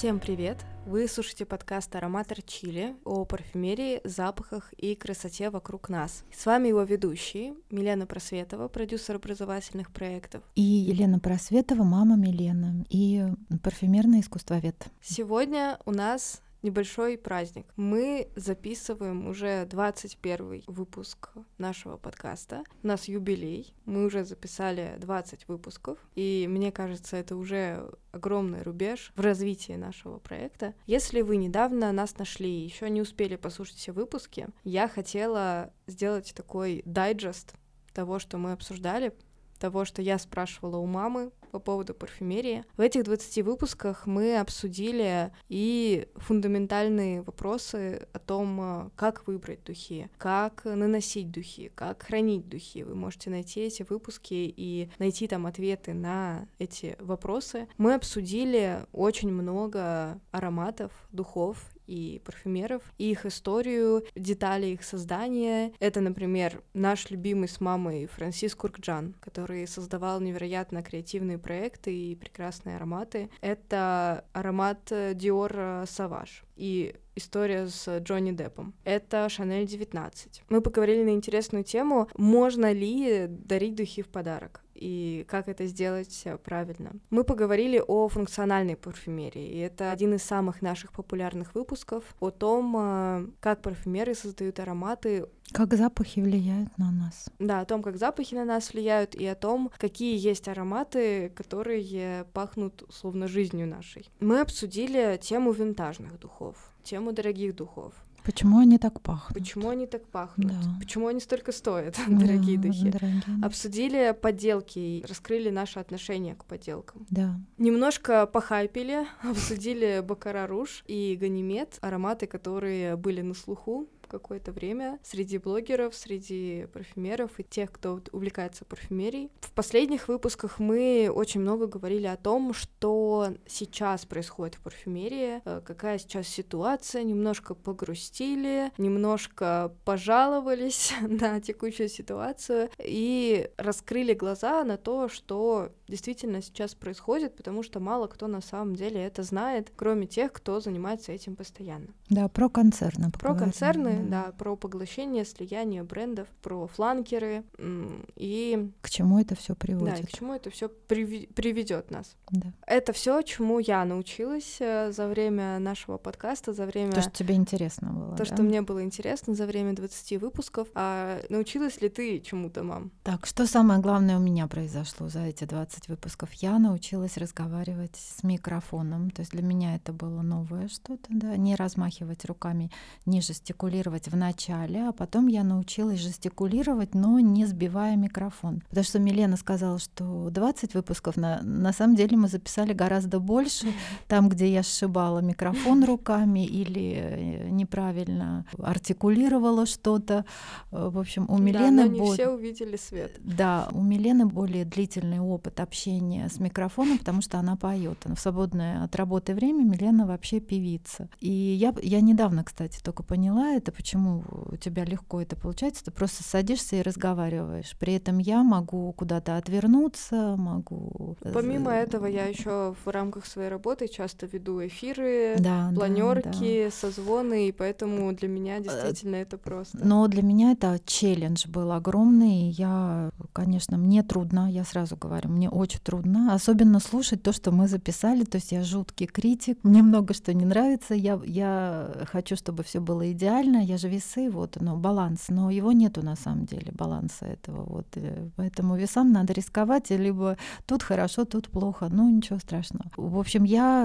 Всем привет! Вы слушаете подкаст «Ароматор Чили» о парфюмерии, запахах и красоте вокруг нас. С вами его ведущие Милена Просветова, продюсер образовательных проектов. И Елена Просветова, мама Милены, и парфюмерный искусствовед. Сегодня у нас небольшой праздник. Мы записываем уже 21 выпуск нашего подкаста. У нас юбилей. Мы уже записали 20 выпусков. И мне кажется, это уже огромный рубеж в развитии нашего проекта. Если вы недавно нас нашли и еще не успели послушать все выпуски, я хотела сделать такой дайджест того, что мы обсуждали, того, что я спрашивала у мамы по поводу парфюмерии. В этих 20 выпусках мы обсудили и фундаментальные вопросы о том, как выбрать духи, как наносить духи, как хранить духи. Вы можете найти эти выпуски и найти там ответы на эти вопросы. Мы обсудили очень много ароматов, духов и парфюмеров, и их историю, детали их создания. Это, например, наш любимый с мамой Франсис Куркджан, который создавал невероятно креативные проекты и прекрасные ароматы. Это аромат Dior Sauvage и история с Джонни Деппом. Это Chanel 19. Мы поговорили на интересную тему, можно ли дарить духи в подарок и как это сделать правильно. Мы поговорили о функциональной парфюмерии, и это один из самых наших популярных выпусков о том, как парфюмеры создают ароматы. Как запахи влияют на нас. Да, о том, как запахи на нас влияют, и о том, какие есть ароматы, которые пахнут словно жизнью нашей. Мы обсудили тему винтажных духов, тему дорогих духов. Почему они так пахнут? Почему они так пахнут? Да. Почему они столько стоят, дорогие духи? Дорогие. Обсудили подделки и раскрыли наше отношение к подделкам. Да. Немножко похайпили, обсудили Баккара Руж и Ганимед, ароматы, которые были на слуху какое-то время среди блогеров, среди парфюмеров и тех, кто увлекается парфюмерией. В последних выпусках мы очень много говорили о том, что сейчас происходит в парфюмерии, какая сейчас ситуация, немножко погрустили, немножко пожаловались на текущую ситуацию и раскрыли глаза на то, что действительно сейчас происходит, потому что мало кто на самом деле это знает, кроме тех, кто занимается этим постоянно. Да, про концерны. Про концерны, да, про поглощение, слияние брендов, про фланкеры и к чему это все приводит. Да, и к чему это все приведет нас. Да. Это все, чему я научилась за время нашего подкаста, за время... То, что тебе интересно было. То, да? что мне было интересно за время 20 выпусков. А научилась ли ты чему-то, мам? Так, что самое главное у меня произошло за эти 20 выпусков? Я научилась разговаривать с микрофоном. То есть для меня это было новое что-то, да, не размахивать руками, не жестикулировать в начале, а потом я научилась жестикулировать, но не сбивая микрофон. Потому что Милена сказала, что 20 выпусков, на самом деле мы записали гораздо больше. Там, где я сшибала микрофон руками или неправильно артикулировала что-то. В общем, у Милены... Да, но не все увидели свет. Да, у Милены более длительный опыт общения с микрофоном, потому что она поет. Она в свободное от работы время Милена вообще певица. И я недавно, кстати, только поняла это, почему у тебя легко это получается. Ты просто садишься и разговариваешь. При этом я могу куда-то отвернуться, могу... Помимо этого, я еще в рамках своей работы часто веду эфиры, да, планерки, созвоны, и поэтому для меня действительно это просто. Но для меня это челлендж был огромный. Я, конечно, мне трудно, я сразу говорю, мне очень трудно, особенно слушать то, что мы записали. То есть я жуткий критик, мне много что не нравится, я хочу, чтобы все было идеально, я же весы, вот, но баланс, но его нету на самом деле, баланса этого, вот, поэтому весам надо рисковать, либо тут хорошо, тут плохо, ну ничего страшного. В общем,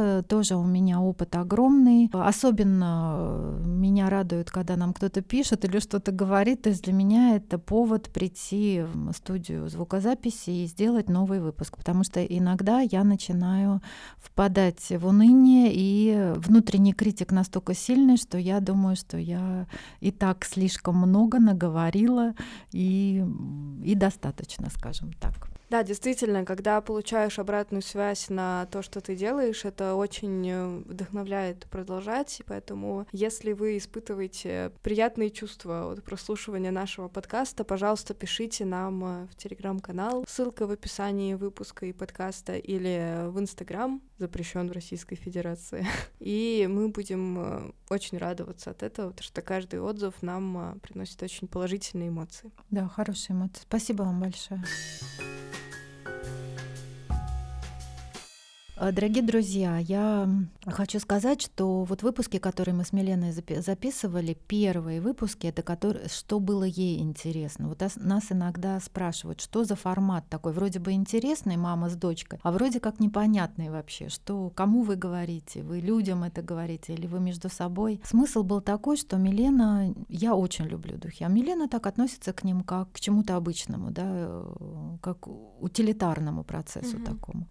у меня опыт огромный, особенно меня радует, когда нам кто-то пишет или что-то говорит, то есть для меня это повод прийти в студию звукозаписи и сделать новый выпуск, потому что иногда я начинаю впадать в уныние, и внутренний критик настолько сильный, что я думаю, что я и так слишком много наговорила, и достаточно, скажем так. Да, действительно, когда получаешь обратную связь на то, что ты делаешь, это очень вдохновляет продолжать, поэтому если вы испытываете приятные чувства от прослушивания нашего подкаста, пожалуйста, пишите нам в Телеграм-канал, ссылка в описании выпуска и подкаста, или в Инстаграм, запрещен в Российской Федерации, и мы будем очень радоваться от этого, потому что каждый отзыв нам приносит очень положительные эмоции. Да, хорошие эмоции. Спасибо вам большое. Дорогие друзья, я хочу сказать, что вот выпуски, которые мы с Миленой записывали, первые выпуски, это что было ей интересно. Вот нас иногда спрашивают, что за формат такой, вроде бы интересный, мама с дочкой, а вроде как непонятный вообще, что кому вы говорите, вы людям это говорите или вы между собой. Смысл был такой, что Милена, я очень люблю духи, а Милена так относится к ним как к чему-то обычному, да, как утилитарному процессу такому.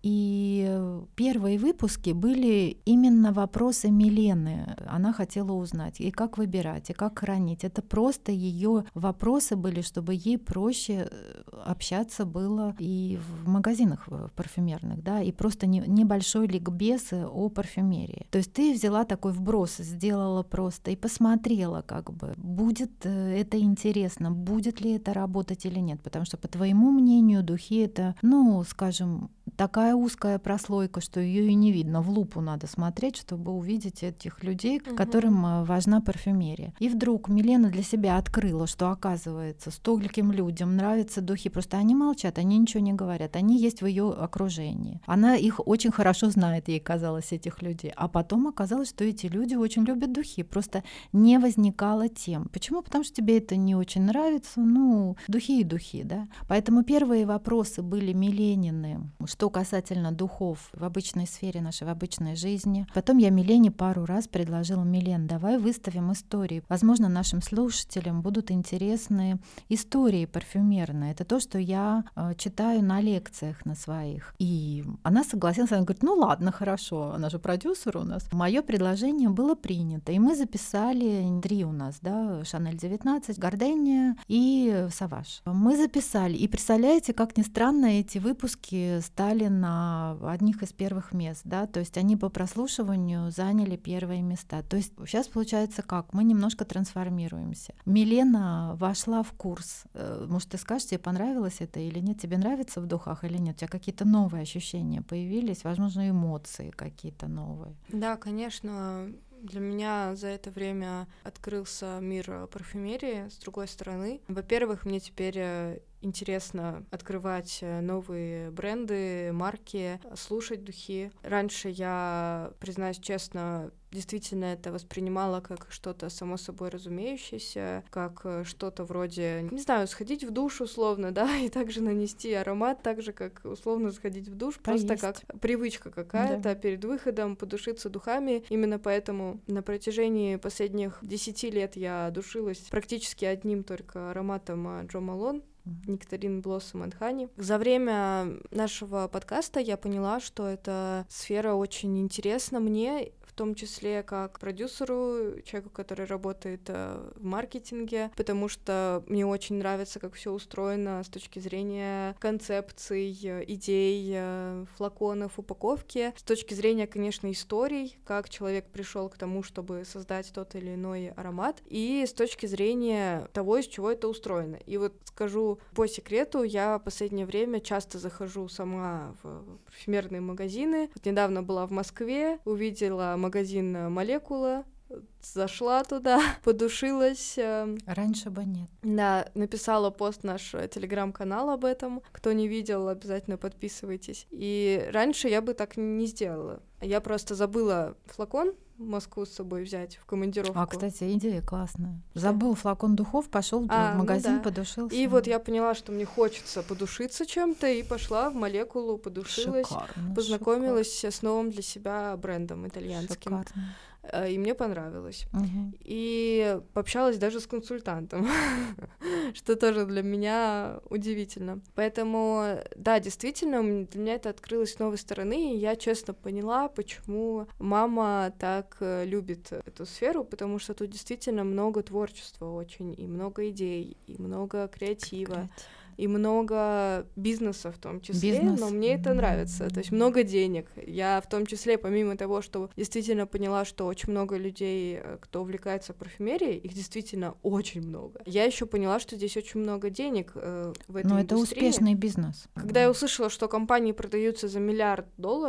И первые выпуски были именно вопросы Милены. Она хотела узнать, и как выбирать, и как хранить. Это просто ее вопросы были, чтобы ей проще общаться было и в магазинах парфюмерных, да, и просто небольшой ликбез о парфюмерии. То есть ты взяла такой вброс, сделала просто и посмотрела, как бы, будет это интересно, будет ли это работать или нет. Потому что, по твоему мнению, духи — это, ну, скажем, такая узкая прослойка, что ее и не видно. В лупу надо смотреть, чтобы увидеть этих людей, которым важна парфюмерия. И вдруг Милена для себя открыла, что, оказывается, стольким людям нравятся духи. Просто они молчат, они ничего не говорят. Они есть в ее окружении. Она их очень хорошо знает, ей казалось, этих людей. А потом оказалось, что эти люди очень любят духи. Просто не возникало тем. Почему? Потому что тебе это не очень нравится. Ну, духи и духи, да. Поэтому первые вопросы были Миленины, что касательно духов в обычной сфере нашей, в обычной жизни. Потом я Милене пару раз предложила: Милен, давай выставим истории. Возможно, нашим слушателям будут интересны истории парфюмерные. Это то, что я читаю на лекциях на своих. И она согласилась, она говорит: ну ладно, хорошо, она же продюсер у нас. Мое предложение было принято, и мы записали 3 у нас, да, Шанель 19, Гардения и Саваж. Мы записали, и представляете, как ни странно, эти выпуски стали на одних из первых мест, да, то есть они по прослушиванию заняли первые места. То есть сейчас получается как? Мы немножко трансформируемся. Милена вошла в курс. Может, ты скажешь, тебе понравилось это или нет? Тебе нравится в духах или нет? У тебя какие-то новые ощущения появились? Возможно, эмоции какие-то новые? Да, конечно. Для меня за это время открылся мир парфюмерии с другой стороны. Во-первых, мне теперь интересно открывать новые бренды, марки, слушать духи. Раньше я, признаюсь честно, действительно это воспринимала как что-то само собой разумеющееся, как что-то вроде, не знаю, сходить в душ условно, да, и также нанести аромат, так же, как условно сходить в душ, просто как привычка какая-то, перед выходом подушиться духами. Именно поэтому на протяжении последних 10 лет я душилась практически одним только ароматом Джо Малон, Nectarine Blossom and Honey. За время нашего подкаста я поняла, что эта сфера очень интересна мне, в том числе как продюсеру, человеку, который работает в маркетинге, потому что мне очень нравится, как все устроено с точки зрения концепций, идей, флаконов, упаковки, с точки зрения, конечно, историй, как человек пришел к тому, чтобы создать тот или иной аромат, и с точки зрения того, из чего это устроено. И вот скажу по секрету, я в последнее время часто захожу сама в парфюмерные магазины. Вот недавно была в Москве, увидела магазин «Молекула», зашла туда, подушилась. Раньше бы нет. Да, написала пост в наш телеграм-канал об этом. Кто не видел, обязательно подписывайтесь. И раньше я бы так не сделала. Я просто забыла флакон в Москву с собой взять в командировку. А, кстати, идея классная. Забыл флакон духов, пошел в магазин, да. подушился. И вот я поняла, что мне хочется подушиться чем-то, и пошла в «Молекулу», подушилась, познакомилась с новым для себя брендом итальянским. Шикарно. И мне понравилось. И пообщалась даже с консультантом, что тоже для меня удивительно. Поэтому, да, действительно, для меня это открылось с новой стороны, и я честно поняла, почему мама так любит эту сферу, потому что тут действительно много творчества очень, и много идей, и много креатива. и много бизнеса в том числе, Бизнес. но мне это нравится, то есть много денег. Я в том числе, помимо того, что действительно поняла, что очень много людей, кто увлекается парфюмерией, их действительно очень много. Я еще поняла, что здесь очень много денег в этой Но индустрии. это успешный бизнес. Когда я услышала, что компании продаются за $1 миллиард,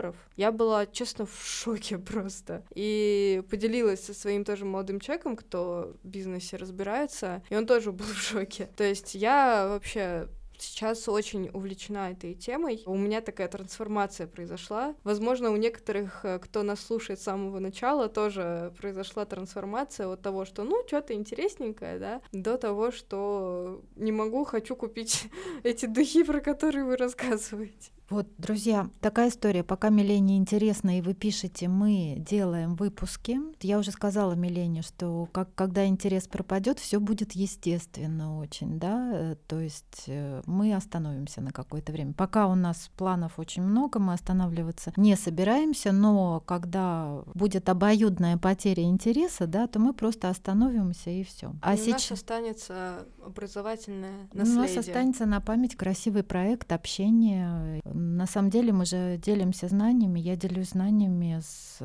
я была, честно, в шоке просто. И поделилась со своим тоже молодым человеком, кто в бизнесе разбирается, и он тоже был в шоке. То есть я вообще сейчас очень увлечена этой темой. У меня такая трансформация произошла. Возможно, у некоторых, кто нас слушает с самого начала, тоже произошла трансформация от того, что, ну, что-то интересненькое, да, до того, что не могу, хочу купить эти духи, про которые вы рассказываете. Вот, друзья, такая история. Пока Милене интересно, и вы пишете, мы делаем выпуски. Я уже сказала Милене, что когда интерес пропадет, все будет естественно очень, да. То есть мы остановимся на какое-то время. Пока у нас планов очень много, мы останавливаться не собираемся, но когда будет обоюдная потеря интереса, да, то мы просто остановимся и все. А сейчас у нас останется образовательное наследие. У нас останется на память красивый проект, общение. На самом деле мы же делимся знаниями, я делюсь знаниями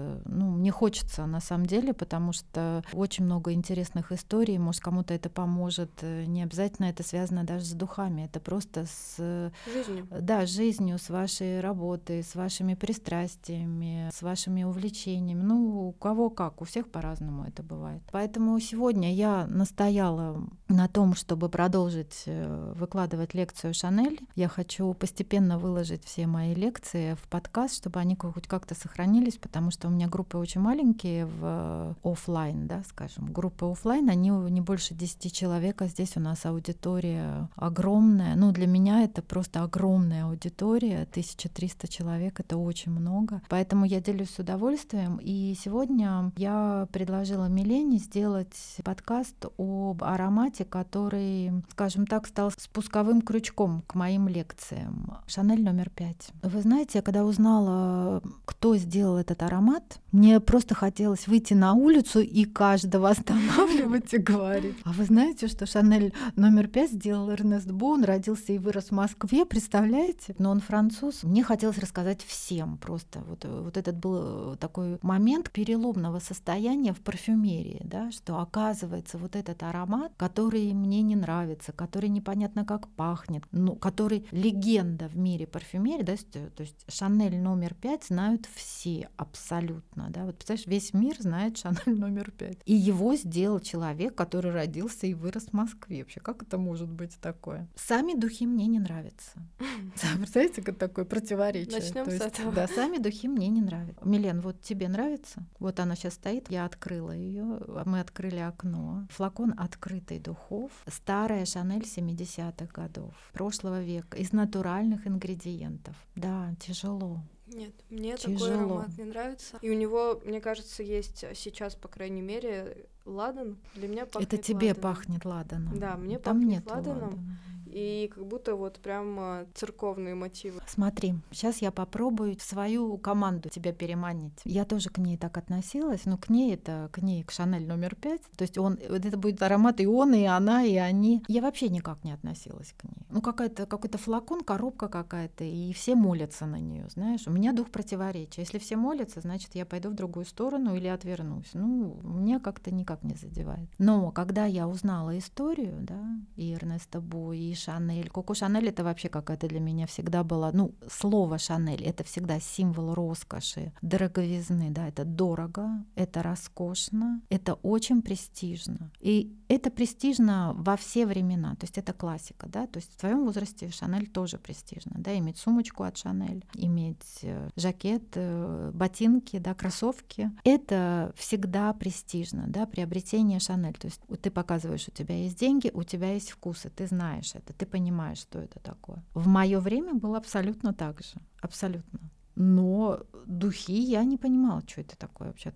мне хочется на самом деле, потому что очень много интересных историй, может, кому-то это поможет, не обязательно это связано даже с духами, это просто с жизнью. Да, с жизнью, с вашей работой, с вашими пристрастиями, с вашими увлечениями. Ну, у кого как, у всех по-разному это бывает. Поэтому сегодня я настояла на том, чтобы продолжить выкладывать лекцию Шанель. Я хочу постепенно выложить все мои лекции в подкаст, чтобы они хоть как-то сохранились, потому что у меня группы очень маленькие в офлайн, да, скажем. Группы офлайн, они не больше 10 человек, а здесь у нас аудитория огромная. Ну, для меня это просто огромная аудитория, 1300 человек, это очень много. Поэтому я делюсь с удовольствием. И сегодня я предложила Милене сделать подкаст об аромате, который, скажем так, стал спусковым крючком к моим лекциям. Шанель номер 5. Вы знаете, я когда узнала, кто сделал этот аромат, мне просто хотелось выйти на улицу и каждого останавливать и говорить. А вы знаете, что Шанель номер 5 сделал Эрнест Бо, он родился и вырос в Москве, представляете? Но он француз. Мне хотелось рассказать всем просто. Вот этот был такой момент переломного состояния в парфюмерии, да, что оказывается вот этот аромат, который мне не нравится, который непонятно как пахнет, который легенда в мире парфюмерии, да, то есть Шанель номер 5 знают все абсолютно, да, вот представляешь, весь мир знает Шанель номер 5. И его сделал человек, который родился и вырос в Москве. Вообще, как это может быть такое? Сами духи мне не нравятся. Представляете, как такое противоречие? Начнем с этого. Да, сами духи мне не нравятся. Милен, вот тебе нравится? Вот она сейчас стоит, я открыла ее, мы открыли окно. Флакон открытый духов. Старая Шанель 70-х годов, прошлого века, из натуральных ингредиентов. Да, тяжело. Нет, мне тяжело. Такой аромат не нравится. И у него, мне кажется, есть сейчас, по крайней мере, ладан. Для меня пахнет Это тебе ладаном. пахнет ладаном. Да, мне там пахнет нет ладаном. ладана. И как будто вот прям церковные мотивы. Смотри, сейчас я попробую в свою команду тебя переманить. Я тоже к ней так относилась, но к ней, к Шанель номер 5. То есть это будет аромат и он, и она, и они. Я вообще никак не относилась к ней. Ну, какой-то флакон, коробка какая-то, и все молятся на нее, знаешь. У меня дух противоречия. Если все молятся, значит, я пойду в другую сторону или отвернусь. Ну, меня как-то никак не задевает. Но когда я узнала историю, да, и Эрнеста Бо, и Шанель. Коко Шанель — это вообще какая-то для меня всегда была, слово Шанель — это всегда символ роскоши, дороговизны, да, это дорого, это роскошно, это очень престижно. И это престижно во все времена, то есть это классика, да, то есть в твоем возрасте Шанель тоже престижно, да, иметь сумочку от Шанель, иметь жакет, ботинки, да, кроссовки, это всегда престижно, да, приобретение Шанель, то есть ты показываешь, у тебя есть деньги, у тебя есть вкусы, ты знаешь это, ты понимаешь, что это такое. В мое время было абсолютно так же, абсолютно. Но духи я не понимала, что это такое вообще, откуда.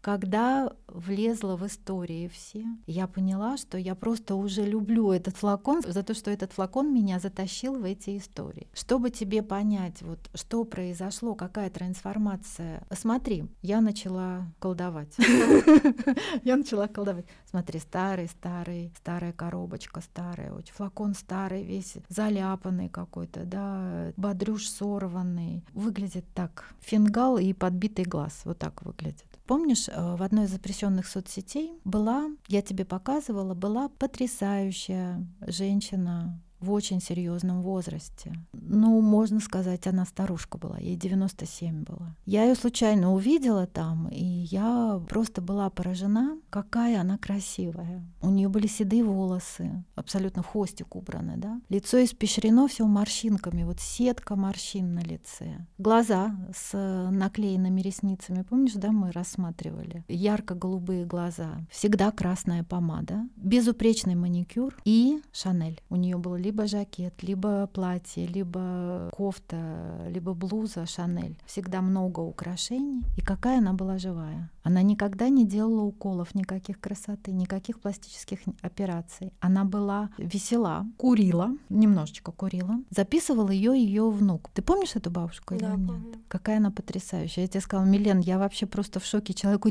Когда влезла в истории все, я поняла, что я просто уже люблю этот флакон за то, что этот флакон меня затащил в эти истории. Чтобы тебе понять, вот, что произошло, какая трансформация. Смотри, я начала колдовать. Я начала колдовать. Смотри, старая коробочка, старая, очень флакон старый, весь заляпанный какой-то, да, бодрюш сорванный. Выглядит так. Фингал и подбитый глаз. Вот так выглядит. Помнишь, в одной из запрещенных соцсетей я тебе показывала, была потрясающая женщина в очень серьезном возрасте. Ну, можно сказать, она старушка была, ей 97 было. Я ее случайно увидела там, и я просто была поражена, какая она красивая. У нее были седые волосы, абсолютно в хвостик убраны, да. Лицо испещрено все морщинками, вот сетка морщин на лице. Глаза с наклеенными ресницами, помнишь, да, мы рассматривали? Ярко-голубые глаза, всегда красная помада, безупречный маникюр и Шанель. У нее был либо жакет, либо платье, либо кофта, либо блуза Шанель. Всегда много украшений. И какая она была живая. Она никогда не делала уколов, никаких красоты, никаких пластических операций. Она была весела, курила, немножечко курила. Записывал ее внук. Ты помнишь эту бабушку или да, нет? помню. Какая она потрясающая. Я тебе сказала, Милен, я вообще просто в шоке. Человеку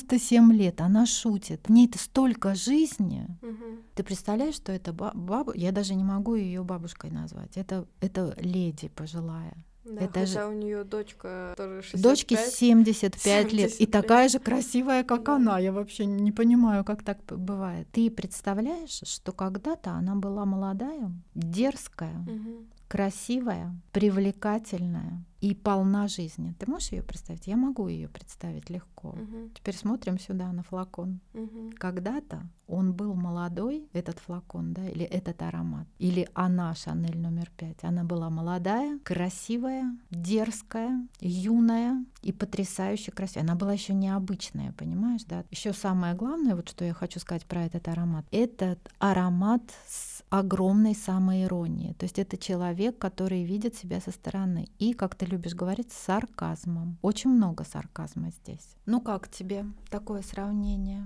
97 лет, она шутит. В ней-то столько жизни. Угу. Ты представляешь, что это баба? Я даже не могу ее бабушкой назвать. Это леди пожилая. Да, это хотя у нее дочка тоже 65. Дочке 75 лет. И 75. такая же красивая, как Да. она. Я вообще не понимаю, как так бывает. Ты представляешь, что когда-то она была молодая, дерзкая, Угу. красивая, привлекательная и полна жизни. Ты можешь ее представить? Я могу ее представить легко. Угу. Теперь смотрим сюда на флакон. Угу. Когда-то он был молодой, этот флакон, да, или этот аромат, или она, Шанель номер 5. Она была молодая, красивая, дерзкая, юная и потрясающе красивая. Она была еще необычная, понимаешь, да? Еще самое главное, вот что я хочу сказать про этот аромат. Этот аромат с огромной самоиронией. То есть это человек, который видит себя со стороны. И, как ты любишь говорить, с сарказмом. Очень много сарказма здесь. Ну как тебе такое сравнение?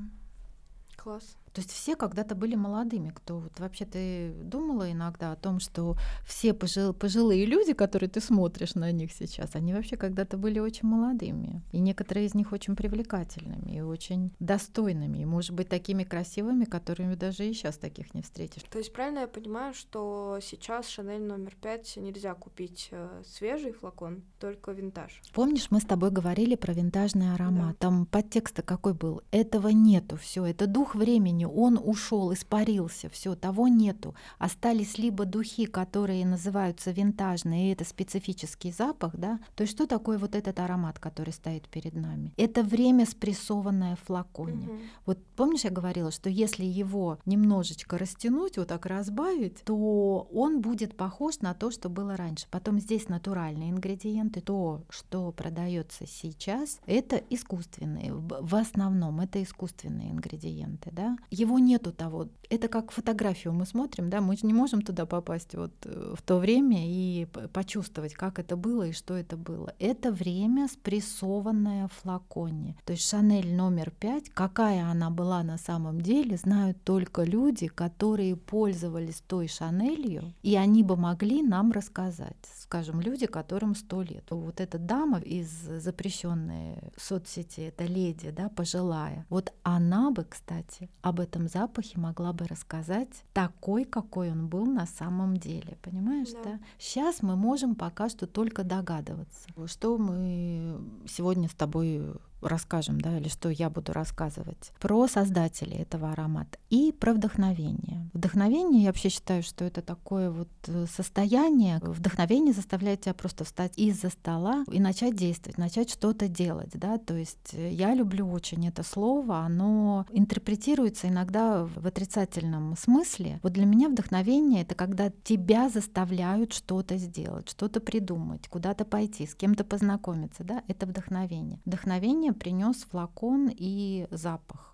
Класс. То есть все когда-то были молодыми. Кто вот вообще ты думала иногда о том, что все пожилые люди, которые ты смотришь на них сейчас, они вообще когда-то были очень молодыми. И некоторые из них очень привлекательными и очень достойными. И, может быть, такими красивыми, которыми даже и сейчас таких не встретишь. То есть правильно я понимаю, что сейчас Шанель номер 5 нельзя купить свежий флакон, только винтаж? Помнишь, мы с тобой говорили про винтажный аромат? Да. Там подтекст какой был? Этого нету, все, это дух времени, он ушел, испарился, все, того нету. Остались либо духи, которые называются винтажные, и это специфический запах, да? То есть что такое вот этот аромат, который стоит перед нами? Это время, спрессованное в флаконе. Угу. Вот помнишь, я говорила, что если его немножечко растянуть, вот так разбавить, то он будет похож на то, что было раньше. Потом здесь натуральные ингредиенты. То, что продается сейчас, это искусственные. В основном это искусственные ингредиенты. Да? Его нету того. Это как фотографию мы смотрим, да? Мы же не можем туда попасть вот в то время и почувствовать, как это было и что это было. Это время, спрессованное в флаконе. То есть Шанель номер 5, какая она была на самом деле, знают только люди, которые пользовались той Шанелью, и они бы могли нам рассказать. Скажем, люди, которым 100 лет. Вот эта дама из запрещенной соцсети, эта леди, да, пожилая, вот она бы, кстати, об этом запахе могла бы рассказать такой, какой он был на самом деле. Понимаешь, да? Сейчас мы можем пока что только догадываться. Что мы сегодня с тобой расскажем, да, или что я буду рассказывать про создателей этого аромата и про вдохновение. Вдохновение, я вообще считаю, что это такое вот состояние. Вдохновение заставляет тебя просто встать из-за стола и начать действовать, начать что-то делать, да, то есть я люблю очень это слово, оно интерпретируется иногда в отрицательном смысле. Вот для меня вдохновение — это когда тебя заставляют что-то сделать, что-то придумать, куда-то пойти, с кем-то познакомиться, да, это вдохновение. Вдохновение принес флакон и запах.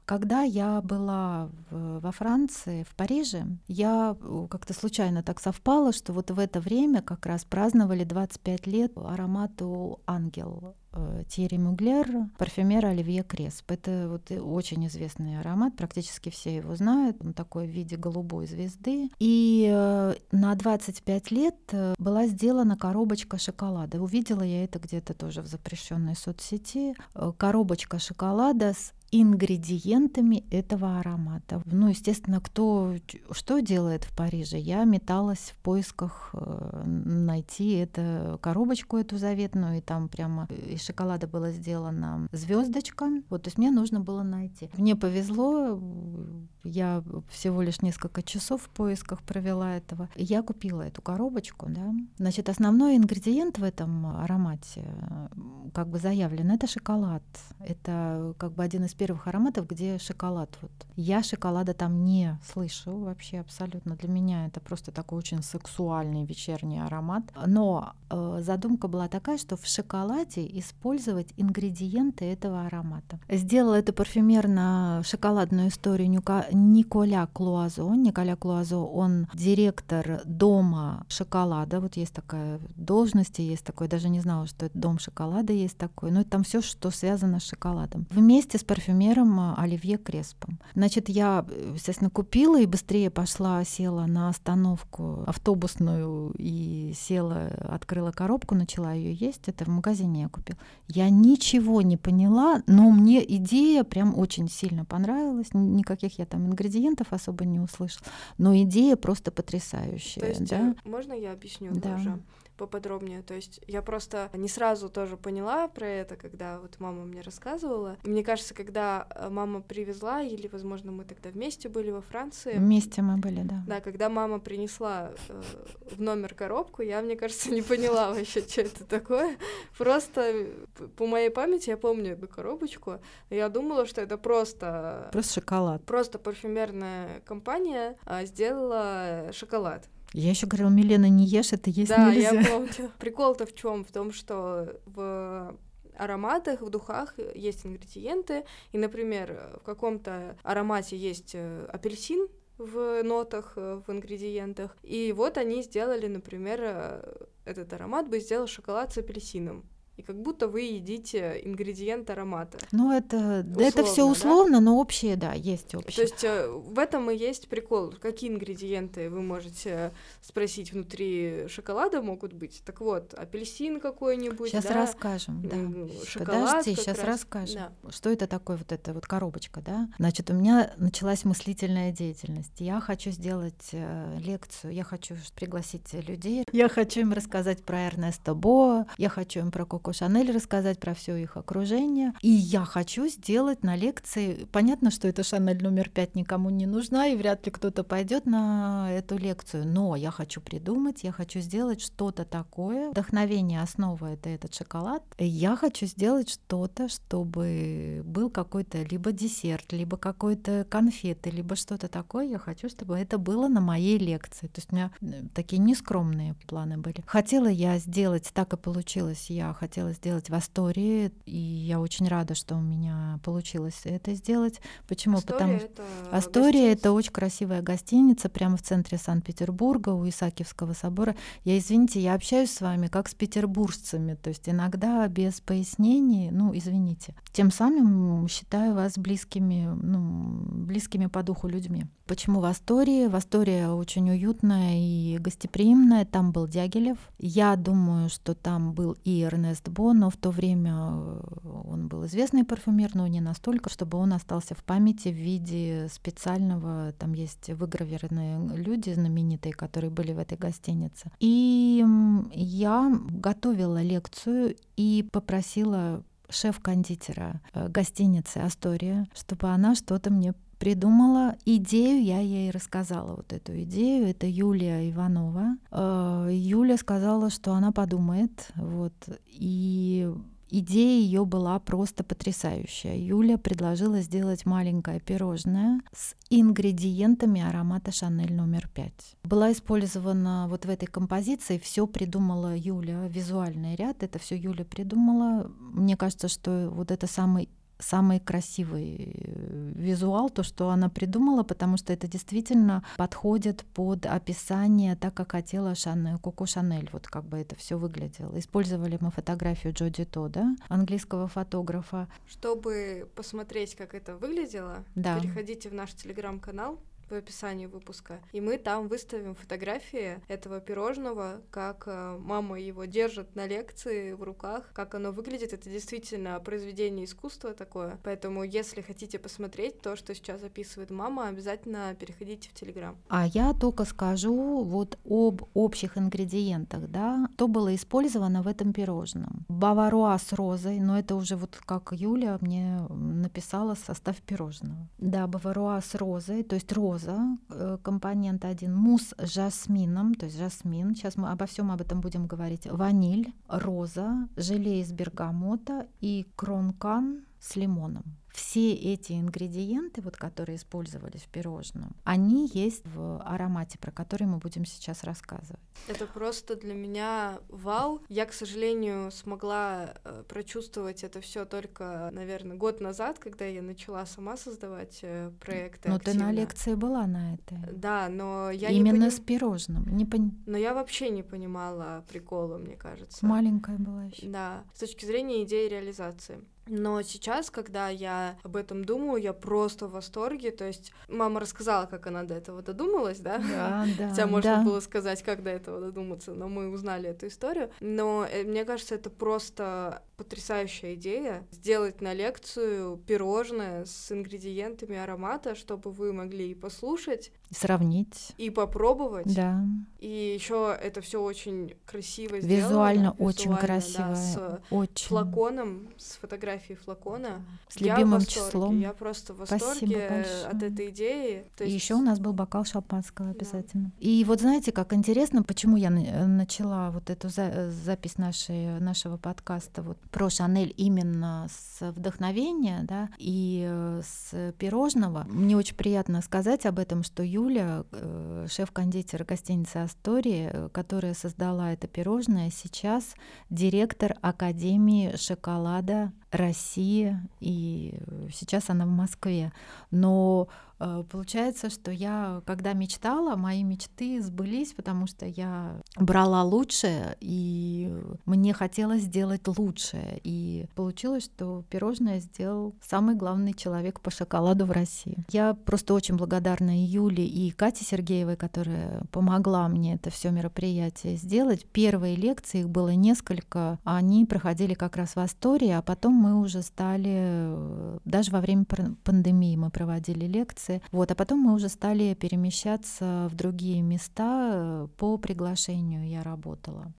Когда я была во Франции, в Париже, я как-то случайно так совпало, что вот в это время как раз праздновали 25 лет аромату «Ангел» Тьерри Мюглер, парфюмера Оливье Кресп. Это вот очень известный аромат, практически все его знают. Он такой в виде голубой звезды. И на 25 лет была сделана коробочка шоколада. Увидела я это где-то тоже в запрещенной соцсети. Коробочка шоколада с ингредиентами этого аромата. Ну, естественно, кто что делает в Париже, я металась в поисках найти эту коробочку, эту заветную, и там прямо из шоколада была сделана звездочка. Вот, то есть мне нужно было найти. Мне повезло, я всего лишь несколько часов в поисках провела этого. И я купила эту коробочку, да. Значит, основной ингредиент в этом аромате, как бы заявлен, это шоколад. Это как бы один из первых ароматов, где шоколад. Вот. Я шоколада там не слышу вообще абсолютно. Для меня это просто такой очень сексуальный вечерний аромат. Но задумка была такая, что в шоколаде использовать ингредиенты этого аромата. Сделала эту парфюмерно-шоколадную историю Николя Клуазо. Николя Клуазо, он директор дома шоколада. Вот есть такая должность, есть такой, даже не знала, что это дом шоколада есть такой. Но это там все, что связано с шоколадом. Вместе с парфюмером Оливье Креспом. Значит, я, естественно, купила и быстрее пошла, села на остановку автобусную и села, открыла коробку, начала ее есть. Это в магазине я купила. Я ничего не поняла, но мне идея прям очень сильно понравилась. Никаких я там ингредиентов особо не услышала. Но идея просто потрясающая. То есть, да? можно я объясню Да. тоже поподробнее? То есть я просто не сразу тоже поняла про это, когда вот мама мне рассказывала. Мне кажется, когда мама привезла, или, возможно, мы тогда вместе были во Франции. Вместе мы были, да. Да, когда мама принесла в номер коробку, я, мне кажется, не поняла вообще, что это такое. Просто по моей памяти я помню эту коробочку. Я думала, что это просто шоколад. Просто парфюмерная компания сделала шоколад. Я еще говорила, Милена, не ешь, это есть да, нельзя. Да, я помню. Прикол-то в чем? В том, что в ароматах, в духах есть ингредиенты, и, например, в каком-то аромате есть апельсин в нотах, в ингредиентах, и вот они сделали, например, этот аромат бы сделал шоколад с апельсином. И как будто вы едите ингредиент аромата. Ну, это все условно, да? Но общее, да, есть общее. То есть в этом и есть прикол. Какие ингредиенты вы можете спросить внутри шоколада могут быть? Так вот, апельсин какой-нибудь, сейчас да? расскажем, да. Шоколад. Подожди, сейчас расскажем. Да. Что это такое, вот эта вот коробочка, да? Значит, у меня началась мыслительная деятельность. Я хочу сделать лекцию, я хочу пригласить людей, я хочу им рассказать про Эрнесто Боа, я хочу им про Коко Шанель рассказать, про все их окружение. И я хочу сделать на лекции... Понятно, что эта Шанель номер 5 никому не нужна, и вряд ли кто-то пойдет на эту лекцию. Но я хочу придумать, я хочу сделать что-то такое. Вдохновение, основа — это этот шоколад. И я хочу сделать что-то, чтобы был какой-то либо десерт, либо какой-то конфеты, либо что-то такое. Я хочу, чтобы это было на моей лекции. То есть у меня такие нескромные планы были. Хотела я сделать, так и получилось, я хотела сделать в Астории, и я очень рада, что у меня получилось это сделать. Почему? Потому что Астория — это очень красивая гостиница прямо в центре Санкт-Петербурга у Исаакиевского собора. Извините, я общаюсь с вами как с петербуржцами, то есть иногда без пояснений, извините. Тем самым считаю вас близкими по духу людьми. Почему в Астории? В Астории очень уютная и гостеприимная. Там был Дягилев. Я думаю, что там был и Эрнест Бо, но в то время он был известный парфюмер, но не настолько, чтобы он остался в памяти в виде специального. Там есть выгравированные люди знаменитые, которые были в этой гостинице. И я готовила лекцию и попросила шеф-кондитера гостиницы «Астория», чтобы она что-то мне придумала. Идею я ей рассказала, вот эту идею. Это Юлия Иванова. Юля сказала, что она подумает. И идея ее была просто потрясающая. Юля предложила сделать маленькое пирожное с ингредиентами аромата Шанель номер 5. Была использована в этой композиции, все придумала Юля, визуальный ряд, это все Юля придумала. Мне кажется, что это самый самый красивый визуал, то, что она придумала, потому что это действительно подходит под описание так, как хотела Коко Шанель. Вот как бы это все выглядело. Использовали мы фотографию Джоди Тодда, английского фотографа. Чтобы посмотреть, как это выглядело, да. Переходите в наш телеграм-канал в описании выпуска, и мы там выставим фотографии этого пирожного, как мама его держит на лекции в руках, как оно выглядит. Это действительно произведение искусства такое, поэтому если хотите посмотреть то, что сейчас записывает мама, обязательно переходите в Телеграм. А я только скажу вот об общих ингредиентах, да, что было использовано в этом пирожном. Баваруа с розой, но это уже вот как Юля мне написала состав пирожного. Да, баваруа с розой, то есть роза, компонент 1, мусс с жасмином, то есть жасмин, сейчас мы обо всем об этом будем говорить, ваниль, роза, желе из бергамота и кронкан с лимоном. Все эти ингредиенты, вот, которые использовались в пирожном, они есть в аромате, про который мы будем сейчас рассказывать. Это просто для меня вау. Я, к сожалению, смогла прочувствовать это все только, наверное, год назад, когда я начала сама создавать проекты. Но ты на лекции была на это. Да, но я именно с пирожным. Но я вообще не понимала прикола, мне кажется. Маленькая была еще. Да, с точки зрения идеи реализации. Но сейчас, когда я об этом думаю, я просто в восторге. То есть мама рассказала, как она до этого додумалась, да? Да. Хотя можно было сказать, как до этого додуматься, но мы узнали эту историю. Но мне кажется, это просто потрясающая идея — сделать на лекцию пирожное с ингредиентами аромата, чтобы вы могли и послушать, сравнить, и попробовать. Да. И еще это все очень красиво сделано. Визуально очень красиво. Да, с очень. Флаконом, с фотографией флакона. С любимым числом. Я просто в восторге от этой идеи. И еще у нас был бокал шампанского обязательно. Да. И вот знаете, как интересно, почему я начала вот эту запись нашего подкаста вот про Шанель именно с вдохновения, да, и с пирожного. Мне очень приятно сказать об этом, что Юля, шеф-кондитер гостиницы «Астория», которая создала это пирожное, сейчас директор Академии шоколада России, и сейчас она в Москве. Но получается, что я, когда мечтала, мои мечты сбылись, потому что я брала лучшее, и мне хотелось сделать лучшее. И получилось, что пирожное сделал самый главный человек по шоколаду в России. Я просто очень благодарна и Юле, и Кате Сергеевой, которая помогла мне это все мероприятие сделать. Первые лекции, их было несколько, они проходили как раз в Астории, а потом мы уже стали, даже во время пандемии мы проводили лекции, вот, а потом мы уже стали перемещаться в другие места, по приглашению я работала.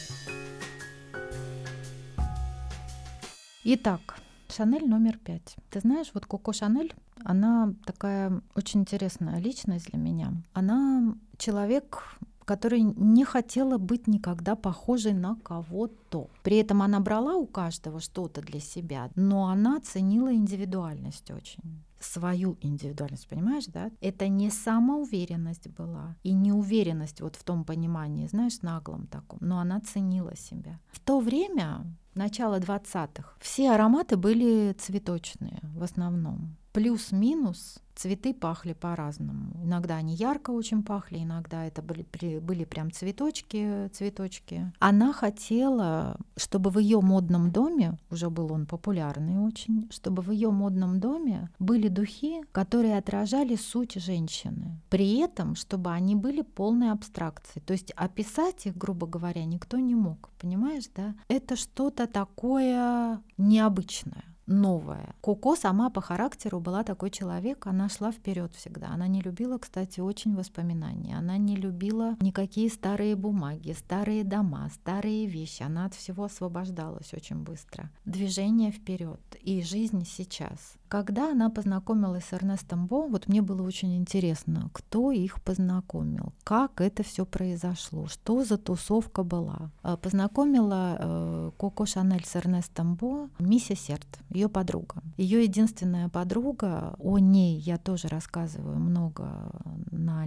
Итак, Шанель номер 5. Ты знаешь, вот Коко Шанель, она такая очень интересная личность для меня. Она человек, которая не хотела быть никогда похожей на кого-то. При этом она брала у каждого что-то для себя, но она ценила индивидуальность очень. Свою индивидуальность, понимаешь, да? Это не самоуверенность была и не уверенность вот в том понимании, знаешь, наглом таком, но она ценила себя. В то время, начало 20-х, все ароматы были цветочные в основном. Плюс-минус цветы пахли по-разному. Иногда они ярко очень пахли, иногда это были прям цветочки. Она хотела, чтобы в ее модном доме, уже был он популярный очень, чтобы в ее модном доме были духи, которые отражали суть женщины. При этом, чтобы они были полной абстракцией. То есть описать их, грубо говоря, никто не мог. Понимаешь, да? Это что-то такое необычное. Новое. Коко сама по характеру была такой человек, она шла вперед всегда. Она не любила, кстати, очень воспоминания. Она не любила никакие старые бумаги, старые дома, старые вещи. Она от всего освобождалась очень быстро. Движение вперед и жизнь сейчас. Когда она познакомилась с Эрнестом Бо, вот мне было очень интересно, кто их познакомил, как это все произошло, что за тусовка была. Познакомила Коко Шанель с Эрнестом Бо Мися Серт, ее подруга. Ее единственная подруга, о ней я тоже рассказываю много на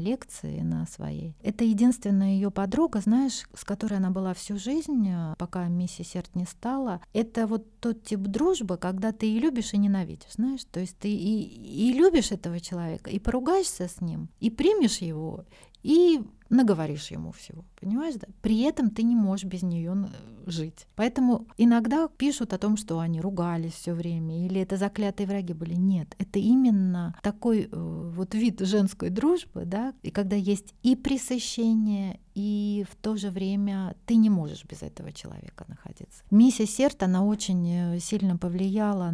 лекции на своей. Это единственная ее подруга, знаешь, с которой она была всю жизнь, пока миссис Серт не стала. Это вот тот тип дружбы, когда ты и любишь, и ненавидишь, знаешь. То есть ты и любишь этого человека, и поругаешься с ним, и примешь его, и наговоришь ему всего, понимаешь, да? При этом ты не можешь без нее жить. Поэтому иногда пишут о том, что они ругались все время, или это заклятые враги были. Нет, это именно такой вот вид женской дружбы, да, и когда есть и пресыщение, и в то же время ты не можешь без этого человека находиться. Миссис Серт, она очень сильно повлияла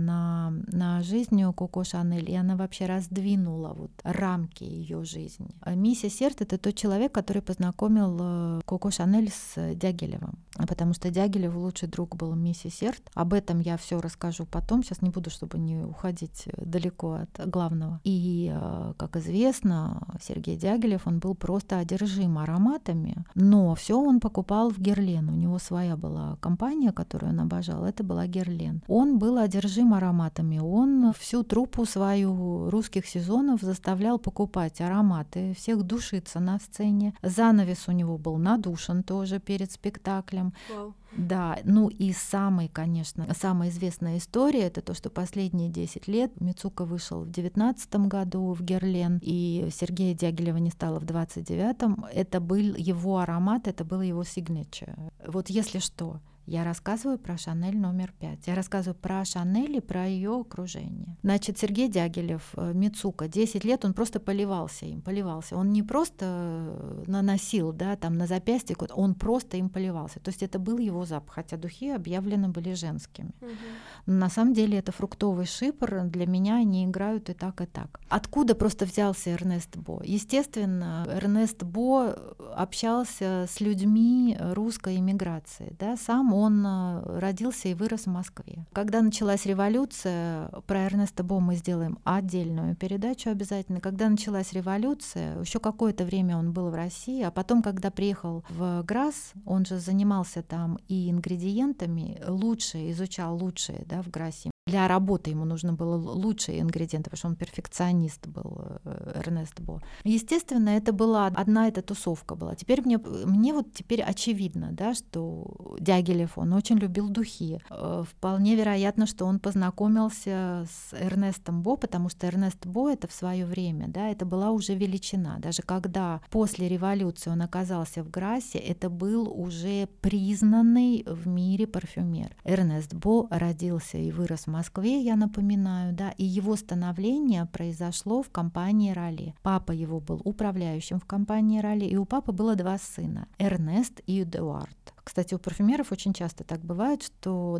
на жизнь Коко Шанель, и она вообще раздвинула вот рамки ее жизни. А миссис Серт — это тот человек, который познакомил Коко Шанель с Дягилевым, потому что Дягилев лучший друг был миссис Серт. Об этом я все расскажу потом, сейчас не буду, чтобы не уходить далеко от главного. И, как известно, Сергей Дягилев, он был просто одержим ароматами, но все он покупал в Герлен. У него своя была компания, которую он обожал, это была Герлен. Он был одержим ароматами, он всю труппу свою русских сезонов заставлял покупать ароматы, всех душиться на сцене. Занавес у него был надушен тоже перед спектаклем. Вау. Да, ну и самая известная история — это то, что последние 10 лет Мицука вышел в 2019 году в Герлен, и Сергея Дягилева не стало в 2029. Это был его аромат, это был его signature. Вот если что, я рассказываю про Шанель номер 5. Я рассказываю про Шанель и про ее окружение. Значит, Сергей Дягилев, Мицука, 10 лет он просто поливался им, поливался. Он не просто наносил, да, там на запястье, он просто им поливался. То есть это был его запах, хотя духи объявлены были женскими. Но на самом деле это фруктовый шипр. Для меня они играют и так, и так. Откуда просто взялся Эрнест Бо? Естественно, Эрнест Бо общался с людьми русской эмиграции, да, сам он родился и вырос в Москве. Когда началась революция, про Эрнеста Бо мы сделаем отдельную передачу обязательно. Когда началась революция, еще какое-то время он был в России, а потом, когда приехал в ГРАС, он же занимался там и ингредиентами, изучал лучшие, да, в ГРАСе. Для работы ему нужно было лучшие ингредиенты, потому что он перфекционист был, Эрнест Бо. Естественно, это была одна эта тусовка была. Теперь мне вот теперь очевидно, да, что Дягилев, он очень любил духи. Вполне вероятно, что он познакомился с Эрнестом Бо, потому что Эрнест Бо это в свое время, да, это была уже величина. Даже когда после революции он оказался в ГРАСе, это был уже признанный в мире парфюмер. Эрнест Бо родился и вырос в Москве, я напоминаю, да, и его становление произошло в компании Ролле. Папа его был управляющим в компании Ролле, и у папы было 2 сына, Эрнест и Эдуард. Кстати, у парфюмеров очень часто так бывает, что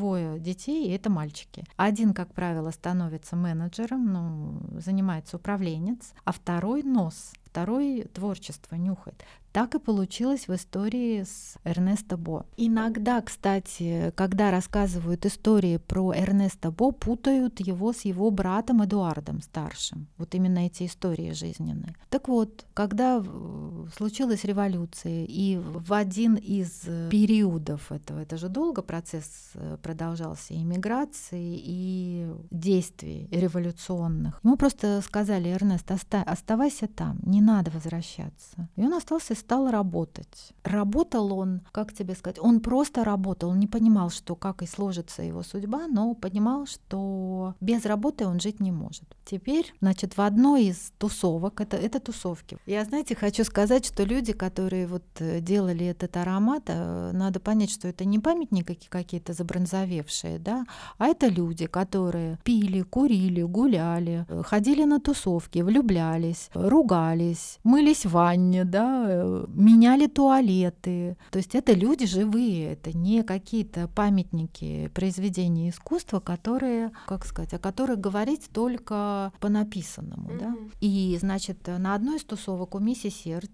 2 детей — это мальчики. Один, как правило, становится менеджером, занимается управленец, а второй — нос. Второй творчество нюхает. Так и получилось в истории с Эрнесто Бо. Иногда, кстати, когда рассказывают истории про Эрнеста Бо, путают его с его братом Эдуардом старшим. Вот именно эти истории жизненные. Так вот, когда случилась революция, и в один из периодов этого, это же долго процесс продолжался, эмиграции и действий революционных, ему просто сказали: Эрнест, оставайся там, не надо возвращаться. И он остался и стал работать. Работал он, как тебе сказать, он просто работал, он не понимал, как и сложится его судьба, но понимал, что без работы он жить не может. Теперь, значит, в одной из тусовок, это тусовки. Я, знаете, хочу сказать, что люди, которые вот делали этот аромат, надо понять, что это не памятники какие-то забронзовевшие, да, а это люди, которые пили, курили, гуляли, ходили на тусовки, влюблялись, ругались, мылись в ванне, да, меняли туалеты. То есть это люди живые, это не какие-то памятники произведения искусства, которые, как сказать, о которых говорить только по написанному. Да? И, значит, на одной из тусовок у миссис Серт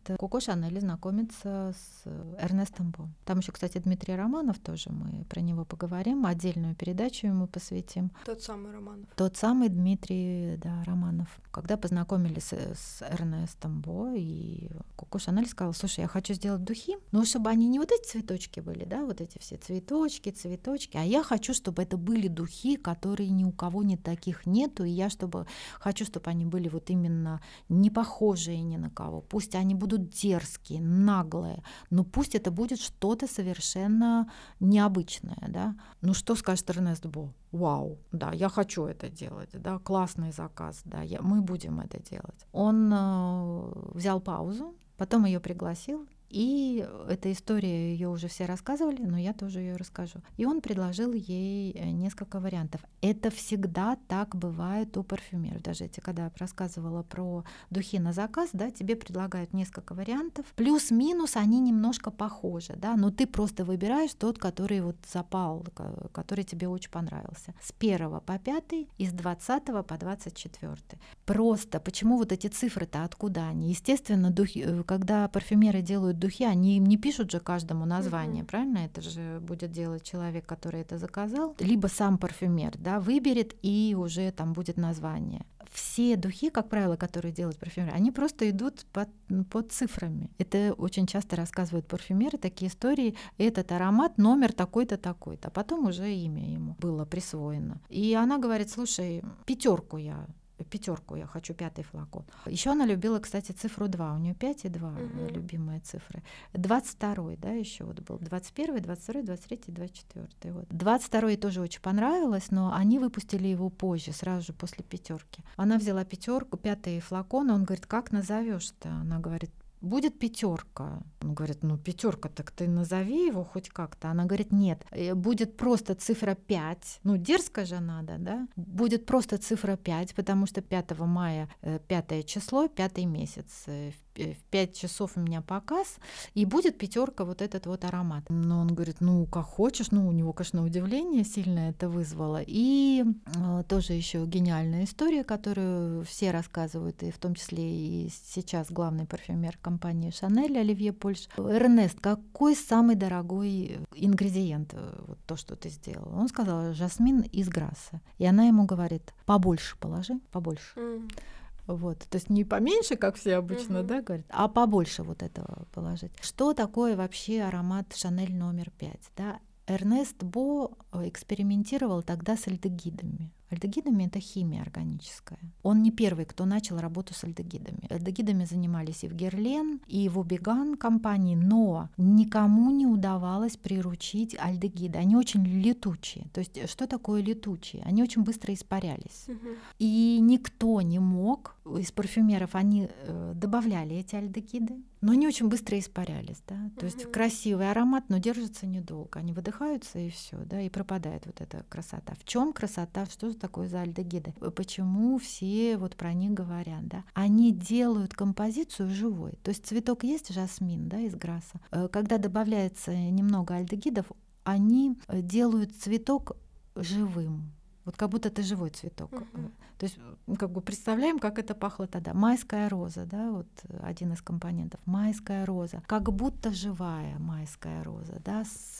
Коко Шанель знакомится с Эрнестом Бо. Там еще, кстати, Дмитрий Романов тоже, мы про него поговорим, отдельную передачу ему посвятим. Тот самый Романов. Тот самый Дмитрий, да, Романов. Когда познакомились с Эрнестом Бо, и Коко Шанель сказала: слушай, я хочу сделать духи, но чтобы они не вот эти цветочки были, да, вот эти все цветочки, а я хочу, чтобы это были духи, которые ни у кого не таких нету, и я хочу, чтобы они были вот именно не похожие ни на кого. Пусть они будут дерзкие, наглые, но пусть это будет что-то совершенно необычное, да. Ну что скажет Эрнест Бо? Вау, да, я хочу это делать, да, классный заказ, да, мы будем это делать. Он взял паузу, потом ее пригласил, и эта история, ее уже все рассказывали, но я тоже ее расскажу. И он предложил ей несколько вариантов. Это всегда так бывает у парфюмеров. Даже когда я рассказывала про духи на заказ, да, тебе предлагают несколько вариантов. Плюс-минус они немножко похожи, да, но ты просто выбираешь тот, который вот запал, который тебе очень понравился. С 1 по 5 и с 20 по 24. Просто почему вот эти цифры-то, откуда они? Естественно, когда парфюмеры делают духи, они им не пишут же каждому название, правильно? Это же будет делать человек, который это заказал, либо сам парфюмер, да, выберет, и уже там будет название. Все духи, как правило, которые делают парфюмеры, они просто идут под цифрами. Это очень часто рассказывают парфюмеры, такие истории. Этот аромат, номер такой-то, такой-то. А потом уже имя ему было присвоено. И она говорит: слушай, 5 я хочу, 5 флакон. Еще она любила, кстати, цифру 2. У нее 5 и 2 любимые цифры. 22-й, да, еще вот был. 21-й, 22-й, 23-й, 24-й. Вот. 22-й тоже очень понравилось, но они выпустили его позже, сразу же после 5. Она взяла 5, 5 флакон, и он говорит: как назовешь-то? Она говорит: будет 5. Он говорит: ну 5, так ты назови его хоть как-то. Она говорит: нет, будет просто цифра 5. Ну дерзко же надо, да? Будет просто цифра 5, потому что 5 мая 5 число, 5 месяц. В 5 часов у меня показ, и будет 5 вот этот вот аромат. Но он говорит: ну как хочешь. Ну у него, конечно, удивление сильно это вызвало. И тоже еще гениальная история, которую все рассказывают, и в том числе и сейчас главный парфюмер компании Шанель Оливье Польш. Эрнест, какой самый дорогой ингредиент, вот то, что ты сделал? Он сказал: жасмин из Грасса. И она ему говорит: побольше положи, побольше. Вот, то есть не поменьше, как все обычно, да, говорят, а побольше вот этого положить. Что такое вообще аромат Шанель номер 5? Да? Эрнест Бо экспериментировал тогда с альдегидами. Альдегидами — это химия органическая. Он не первый, кто начал работу с альдегидами. Альдегидами занимались и в Герлен, и в Убиган компании, но никому не удавалось приручить альдегиды. Они очень летучие. То есть что такое летучие? Они очень быстро испарялись. И никто не мог, из парфюмеров они добавляли эти альдегиды, но они очень быстро испарялись. Да? То есть красивый аромат, но держится недолго. Они выдыхаются, и все, да, и пропадает вот эта красота. В чем красота? Что такое за альдегиды? Почему все вот про них говорят? Да? Они делают композицию живой. То есть цветок есть, жасмин, да, из Грасса. Когда добавляется немного альдегидов, они делают цветок живым. Вот как будто это живой цветок. То есть как бы представляем, как это пахло тогда. Майская роза, да, вот один из компонентов. Майская роза. Как будто живая майская роза, да.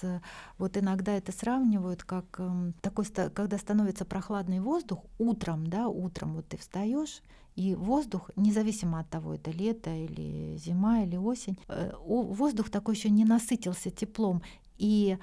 Вот иногда это сравнивают как такой, когда становится прохладный воздух утром, да, утром вот ты встаешь, и воздух, независимо от того, это лето или зима или осень, воздух такой еще не насытился теплом, и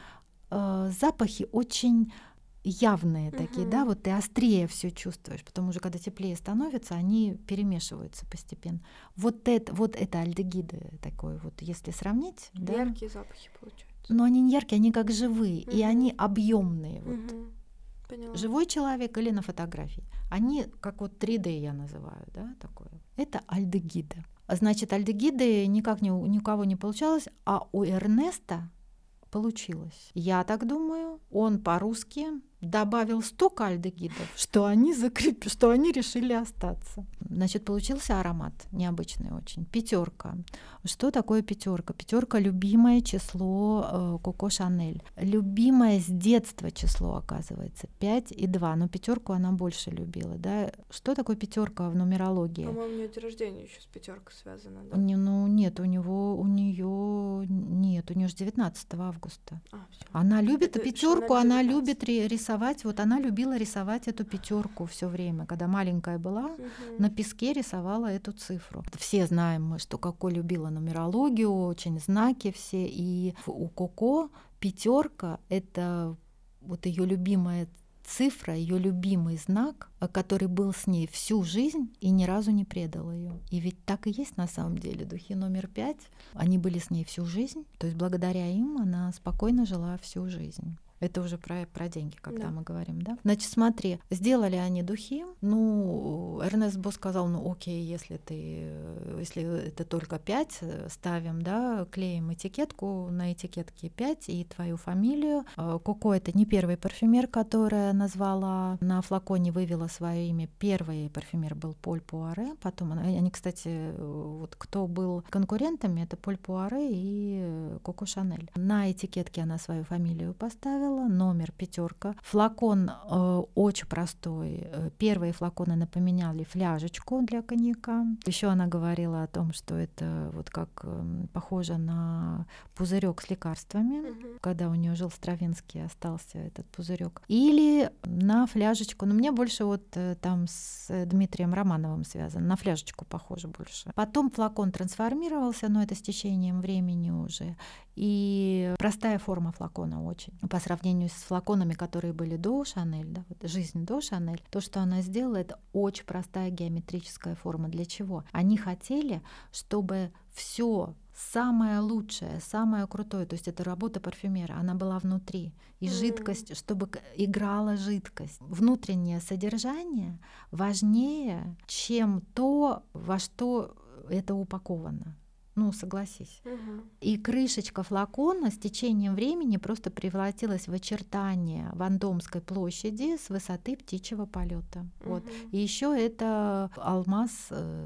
запахи очень явные такие, да, вот ты острее все чувствуешь, потому что когда теплее становится, они перемешиваются постепенно. Вот это альдегиды такой вот, если сравнить. Яркие запахи получаются. Но они не яркие, они как живые, и они объемные. Вот. Поняла. Живой человек или на фотографии. Они как вот 3D я называю, да, такое. Это альдегиды. Значит, альдегиды никак ни у кого не получалось, а у Эрнеста получилось. Я так думаю, он по-русски добавил столько альдегидов, что они решили остаться. Значит, получился аромат необычный очень. 5. Что такое 5? 5 — любимое число Коко Шанель. Любимое с детства число, оказывается. 5 и 2. Но 5 она больше любила. Да? Что такое 5 в нумерологии? По-моему, у нее день рождения еще с 5 связано. Да? Ну, Нет, у нее же 19 августа. Всё. Она любит Это пятерку, Шанель она 19. любит рисовать. Вот она любила рисовать эту пятерку все время. Когда маленькая была, на песке рисовала эту цифру. Все знаем мы, что Коко любила нумерологию, очень знаки все. И у Коко пятерка — это вот ее любимая цифра, ее любимый знак, который был с ней всю жизнь и ни разу не предал ее. И ведь так и есть на самом деле. Духи номер 5, они были с ней всю жизнь. То есть благодаря им она спокойно жила всю жизнь. Это уже про деньги, когда мы говорим, да? Значит, смотри, сделали они духи. Эрнест Бо сказал, окей, если это только 5, ставим, да, клеим этикетку, на этикетке 5 и твою фамилию. Коко — это не первый парфюмер, которая назвала на флаконе, вывела свое имя. Первый парфюмер был Поль Пуаре. Потом они, кстати, вот кто был конкурентами, это Поль Пуаре и Коко Шанель. На этикетке она свою фамилию поставила. Номер 5. Флакон очень простой. Первые флаконы напоминали фляжечку для коньяка. Еще она говорила о том, что это вот как похоже на пузырек с лекарствами. Когда у нее жил Стравинский, остался этот пузырек. Или на фляжечку. Но мне больше вот там с Дмитрием Романовым связано. На фляжечку похоже больше. Потом флакон трансформировался, но это с течением времени уже. И простая форма флакона очень. По сравнению с флаконами, которые были до Шанель, да, вот жизнь до Шанель, то, что она сделала, это очень простая геометрическая форма. Для чего? Они хотели, чтобы все самое лучшее, самое крутое, то есть это работа парфюмера, она была внутри. И жидкость, чтобы играла жидкость. Внутреннее содержание важнее, чем то, во что это упаковано. Согласись. И крышечка флакона с течением времени просто превратилась в очертания Вандомской площади с высоты птичьего полета. Вот. И еще это алмаз,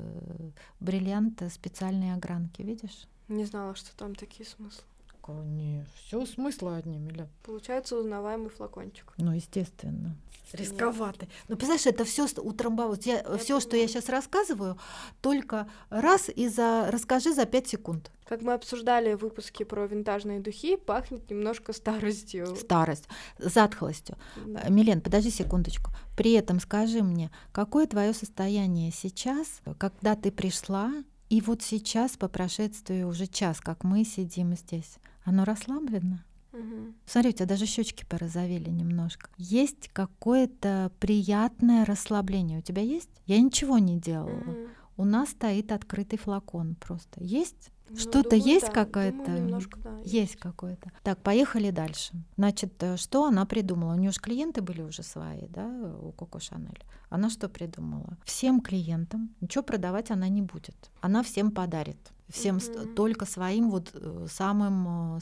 бриллиант специальной огранки, видишь? Не знала, что там такие смыслы. Не, все смыслы одни, Миля. Получается узнаваемый флакончик. Естественно. Рисковатый. Представляешь, это все утрамбовать. Все, что я сейчас рассказываю, только раз расскажи за 5 секунд. Как мы обсуждали в выпуске про винтажные духи, пахнет немножко старостью. Старость, затхлостью. Да. Милен, подожди секундочку. При этом скажи мне, какое твое состояние сейчас, когда ты пришла, и вот сейчас, по прошествии уже час, как мы сидим здесь, оно расслаблено? Смотри, у тебя даже щечки порозовели немножко. Есть какое-то приятное расслабление. У тебя есть? Я ничего не делала. У нас стоит открытый флакон просто. Есть? Что-то думаю, есть да. какая-то? Думаю, немножко, да. Есть какое-то. Так, поехали дальше. Значит, что она придумала? У нее же клиенты были уже свои, да, у Коко Шанель. Она что придумала? Всем клиентам ничего продавать она не будет. Она всем подарит. Всем только своим вот самым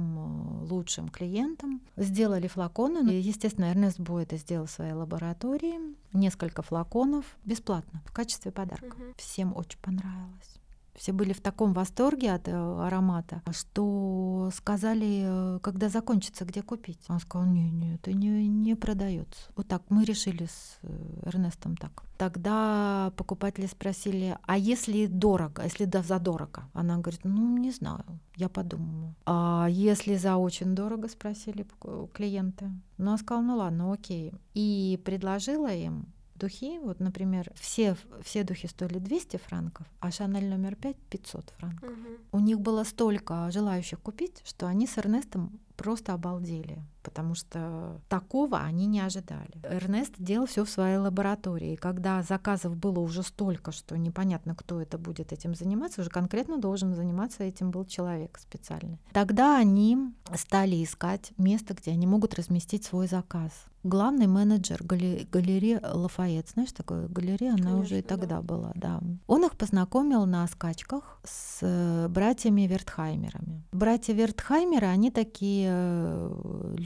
лучшим клиентам. Сделали флаконы. Естественно, Эрнест Бо это сделал в своей лаборатории. Несколько флаконов бесплатно в качестве подарка. Всем очень понравилось. Все были в таком восторге от аромата, что сказали, когда закончится, где купить. Он сказал, нет, это не продается. Вот так мы решили с Эрнестом так. Тогда покупатели спросили, а если дорого, если задорого? Она говорит, не знаю, я подумаю. А если за очень дорого, спросили клиенты. Она сказала, ладно, окей. И предложила им духи, вот, например, все духи стоили 200 франков, а Шанель номер 5 — 500 франков. У них было столько желающих купить, что они с Эрнестом просто обалдели, потому что такого они не ожидали. Эрнест делал все в своей лаборатории, и когда заказов было уже столько, что непонятно, кто это будет этим заниматься, уже конкретно должен заниматься этим был человек специальный. Тогда они стали искать место, где они могут разместить свой заказ. Главный менеджер галереи Лафайет, знаешь, такая галерея, она конечно, уже и тогда была, да. Он их познакомил на скачках с братьями Вертхаймерами. Братья Вертхаймеры, они такие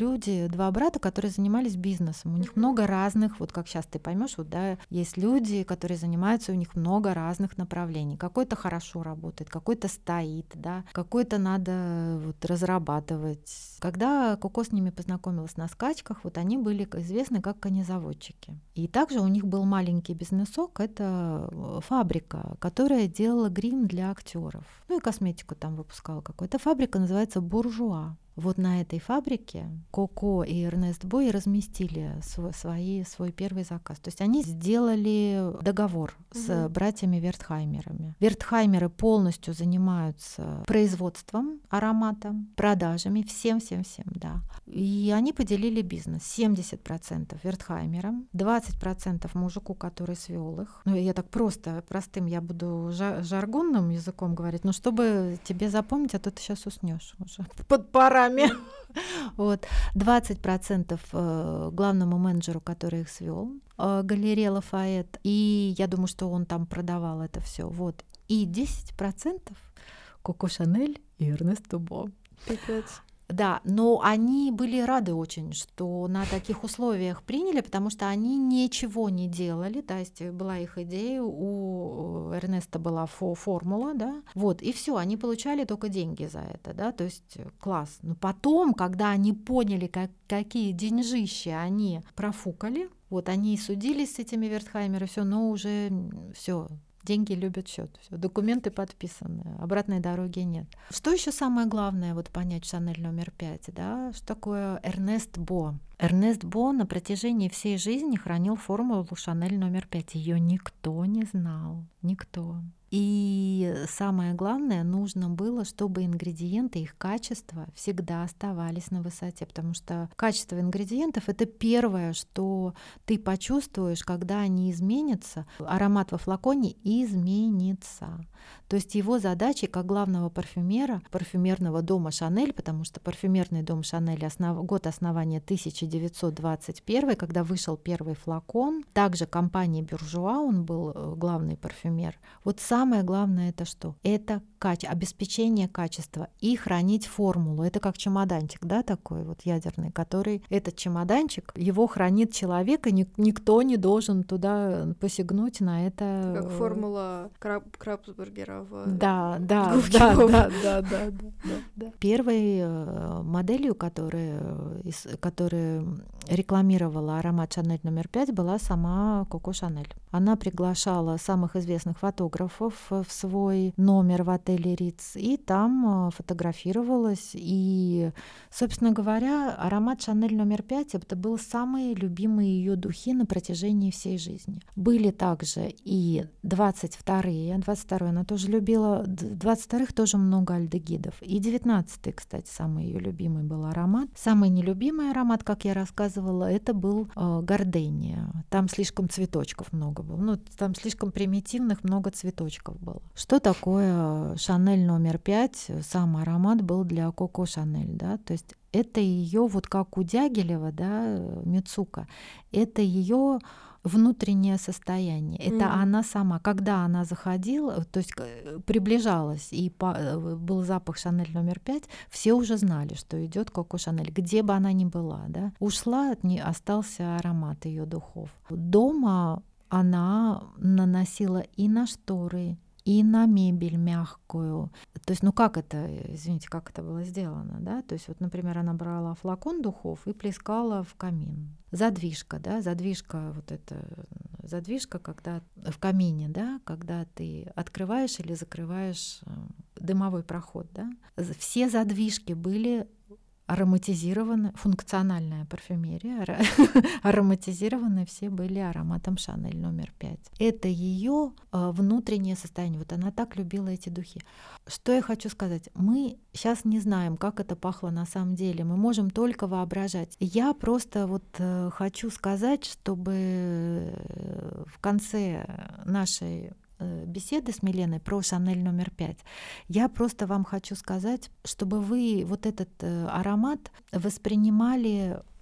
люди, два брата, которые занимались бизнесом. У них много разных, вот как сейчас ты поймешь, вот, да, есть люди, которые занимаются, у них много разных направлений. Какой-то хорошо работает, какой-то стоит, да, какой-то надо вот разрабатывать. Когда Коко с ними познакомилась на скачках, вот они были известны как конезаводчики. И также у них был маленький бизнесок, это фабрика, которая делала грим для актеров. Ну и косметику там выпускала какую-то. Фабрика называется «Буржуа». Вот на этой фабрике Коко и Эрнест Бо и разместили свой первый заказ. То есть они сделали договор с братьями Вертхаймерами. Вертхаймеры полностью занимаются производством аромата, продажами, всем, да. И они поделили бизнес. 70% Вертхаймерам, 20% мужику, который свел их. Ну, я так простым, я буду жаргонным языком говорить, но чтобы тебе запомнить, а то ты сейчас уснешь уже под парами. Вот. 20% главному менеджеру, который их свел, галерея Лафайет, и я думаю, что он там продавал это все. Вот. И 10% Коко Шанель и Эрнесту Бо. Пипец. Да, но они были рады очень, что на таких условиях приняли, потому что они ничего не делали, то есть была их идея, у Эрнеста была формула, да, вот, и все, они получали только деньги за это, да, то есть класс. Но потом, когда они поняли, какие деньжищи они профукали, вот, они и судились с этими Вертхаймерами, все, но уже все. Деньги любят счет, все, документы подписаны, обратной дороги нет. Что еще самое главное вот понять в Шанель номер 5, да? Что такое Эрнест Бо? Эрнест Бо на протяжении всей жизни хранил формулу Шанель номер 5. Ее никто не знал, никто. И самое главное, нужно было, чтобы ингредиенты, их качество всегда оставались на высоте, потому что качество ингредиентов — это первое, что ты почувствуешь, когда они изменятся, аромат во флаконе изменится. То есть его задачей как главного парфюмера парфюмерного дома Шанель, потому что парфюмерный дом Шанель год основания 1921, когда вышел первый флакон, также компании Буржуа он был главный парфюмер. Вот самое главное — это что? Это обеспечение качества и хранить формулу. Это как чемоданчик, да, такой вот ядерный, который этот чемоданчик, его хранит человек, и никто не должен туда посягнуть на это. Как формула Крабсбургера в да. Первой моделью, которая рекламировала аромат Шанель номер 5, была сама Коко Шанель. Она приглашала самых известных фотографов в свой номер в отеле Риц, и там фотографировалась. И, собственно говоря, аромат Шанель номер 5 это был самые любимые ее духи на протяжении всей жизни. Были также и 22-е она тоже любила, 22-х тоже много альдегидов. И 19-й, кстати, самый ее любимый был аромат. Самый нелюбимый аромат, как я рассказывала, это был Гардения. Там слишком цветочков много было. Ну, там слишком примитивных много цветочков было. Что такое Шанель номер 5? Сам аромат был для Коко Шанель, да, то есть это ее, вот как у Дягилева, да, Мицука, это ее внутреннее состояние. Это она сама. Когда она заходила, то есть приближалась, и был запах Шанель номер 5, все уже знали, что идет Коко Шанель, где бы она ни была. Да? Ушла, остался аромат ее духов. Дома она наносила и на шторы, и на мебель мягкую. То есть, как это, извините, как это было сделано, да? То есть, вот, например, она брала флакон духов и плескала в камин. Задвижка, да, задвижка, когда в камине, да, когда ты открываешь или закрываешь дымовой проход, да. Все задвижки были ароматизированы, функциональная парфюмерия, ароматизированы все были ароматом Шанель номер 5. Это ее внутреннее состояние. Вот она так любила эти духи. Что я хочу сказать? Мы сейчас не знаем, как это пахло на самом деле. Мы можем только воображать. Я просто хочу сказать, чтобы в конце нашей беседы с Миленой про Шанель номер 5, я просто вам хочу сказать, чтобы вы вот этот аромат воспринимали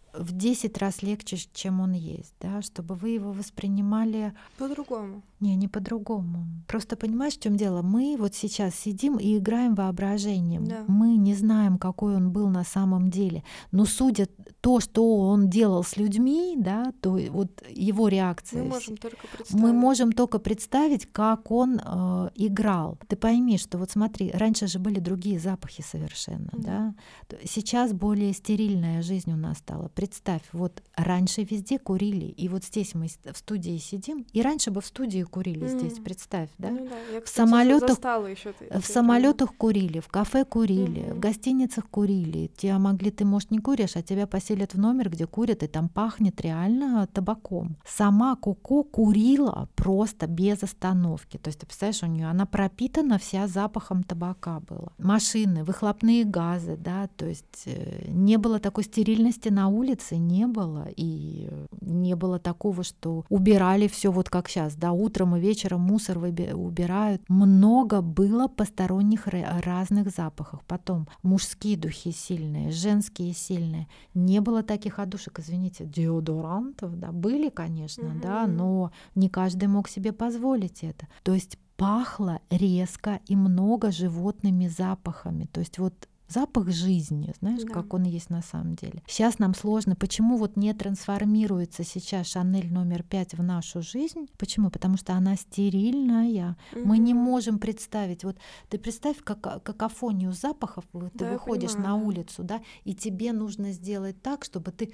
в 10 раз легче, чем он есть, да, чтобы вы его воспринимали по-другому. Не по-другому. Просто понимаешь, в чем дело? Мы вот сейчас сидим и играем воображением. Да. Мы не знаем, какой он был на самом деле. Но судя то, что он делал с людьми, да, то вот его реакция. Мы можем только представить. Мы можем только представить, как он играл. Ты пойми, что вот смотри, раньше же были другие запахи совершенно, да. Сейчас более стерильная жизнь у нас стала. Представь, вот раньше везде курили, и вот здесь мы в студии сидим, и раньше бы в студии курили здесь, представь, да? Ну да, я, в кстати, самолетах курили, в кафе курили, в гостиницах курили. Ты, может, не куришь, а тебя поселят в номер, где курят, и там пахнет реально табаком. Сама Коко курила просто без остановки. То есть, ты представляешь, у нее она пропитана вся запахом табака была. Машины, выхлопные газы, да, то есть не было такой стерильности на улице, не было. И не было такого, что убирали все вот как сейчас, да, утром и вечером мусор убирают. Много было посторонних разных запахов. Потом мужские духи сильные, женские сильные. Не было таких одушек, извините, деодорантов, да, были, конечно, да, но не каждый мог себе позволить это. То есть пахло резко и много животными запахами. То есть вот запах жизни, знаешь, как он есть на самом деле. Сейчас нам сложно. Почему вот не трансформируется сейчас Шанель номер 5 в нашу жизнь? Почему? Потому что она стерильная. Мы не можем представить. Вот ты представь какофонию запахов. Ты выходишь на улицу, да, и тебе нужно сделать так, чтобы ты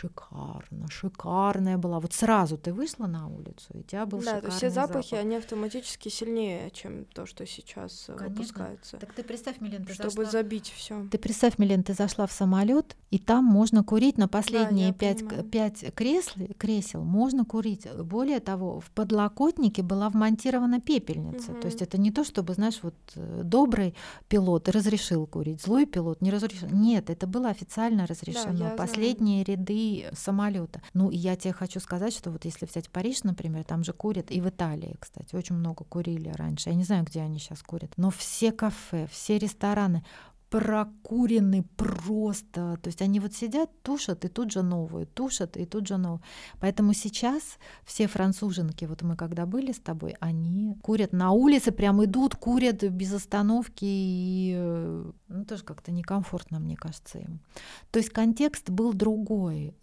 шикарная была. Вот сразу ты вышла на улицу, и у тебя был шикарный запах. Да, все запахи, они автоматически сильнее, чем то, что сейчас выпускается. Так ты представь, Милен, чтобы забить все. Ты представь, Милен, ты зашла в самолет, и там можно курить на последние 5 кресел. Можно курить. Более того, в подлокотнике была вмонтирована пепельница. То есть это не то, чтобы, знаешь, вот добрый пилот разрешил курить, злой пилот не разрешил. Нет, это было официально разрешено. Последние ряды самолета. Ну, и я тебе хочу сказать, что вот если взять Париж, например, там же курят, и в Италии, кстати, очень много курили раньше. Я не знаю, где они сейчас курят. Но все кафе, все рестораны прокурены просто. То есть они вот сидят, тушат и тут же новую, тушат и тут же новую. Поэтому сейчас все француженки, вот мы когда были с тобой, они курят на улице, прям идут, курят без остановки, и тоже как-то некомфортно, мне кажется, им. То есть контекст был другой,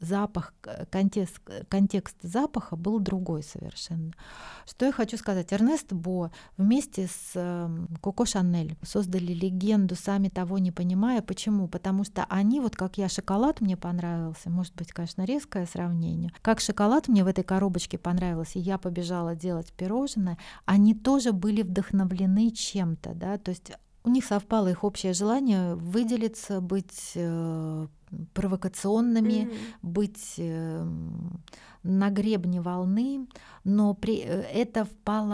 контекст запаха был другой совершенно. Что я хочу сказать? Эрнест Бо вместе с Коко Шанель создали легенду, сами того не понимая. Почему? Потому что они, вот как я, шоколад мне понравился, может быть, конечно, резкое сравнение, как шоколад мне в этой коробочке понравился, и я побежала делать пирожное, они тоже были вдохновлены чем-то, да, то есть у них совпало их общее желание выделиться, быть провокационными, быть на гребне волны, но это в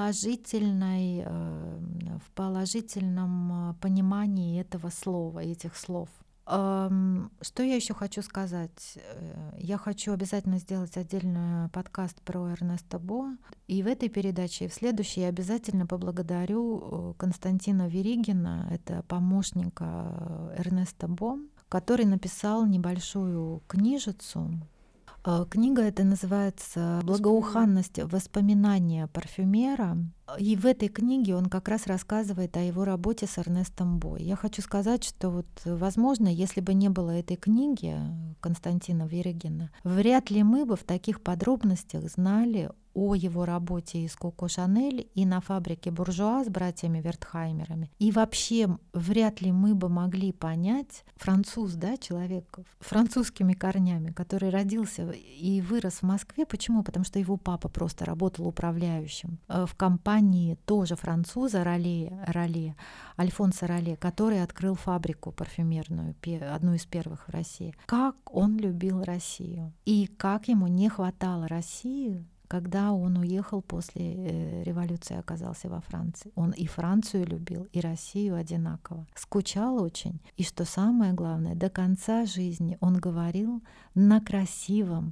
положительном понимании этого слова, этих слов. Что я еще хочу сказать? Я хочу обязательно сделать отдельный подкаст про Эрнеста Бо. И в этой передаче, и в следующей я обязательно поблагодарю Константина Веригина, это помощника Эрнеста Бо, который написал небольшую книжицу. Книга эта называется «Благоуханность. Воспоминания парфюмера». И в этой книге он как раз рассказывает о его работе с Эрнестом Бо. Я хочу сказать, что вот, возможно, если бы не было этой книги Константина Веригина, вряд ли мы бы в таких подробностях знали о его работе и с Коко Шанель, и на фабрике «Буржуа» с братьями Вертхаймерами. И вообще вряд ли мы бы могли понять, француз, да, человек французскими корнями, который родился и вырос в Москве. Почему? Потому что его папа просто работал управляющим в компании тоже француза Роле, Альфонса Роле, который открыл фабрику парфюмерную, одну из первых в России. Как он любил Россию и как ему не хватало России, когда он уехал после революции, оказался во Франции. Он и Францию любил, и Россию одинаково. Скучал очень. И что самое главное, до конца жизни он говорил на красивом,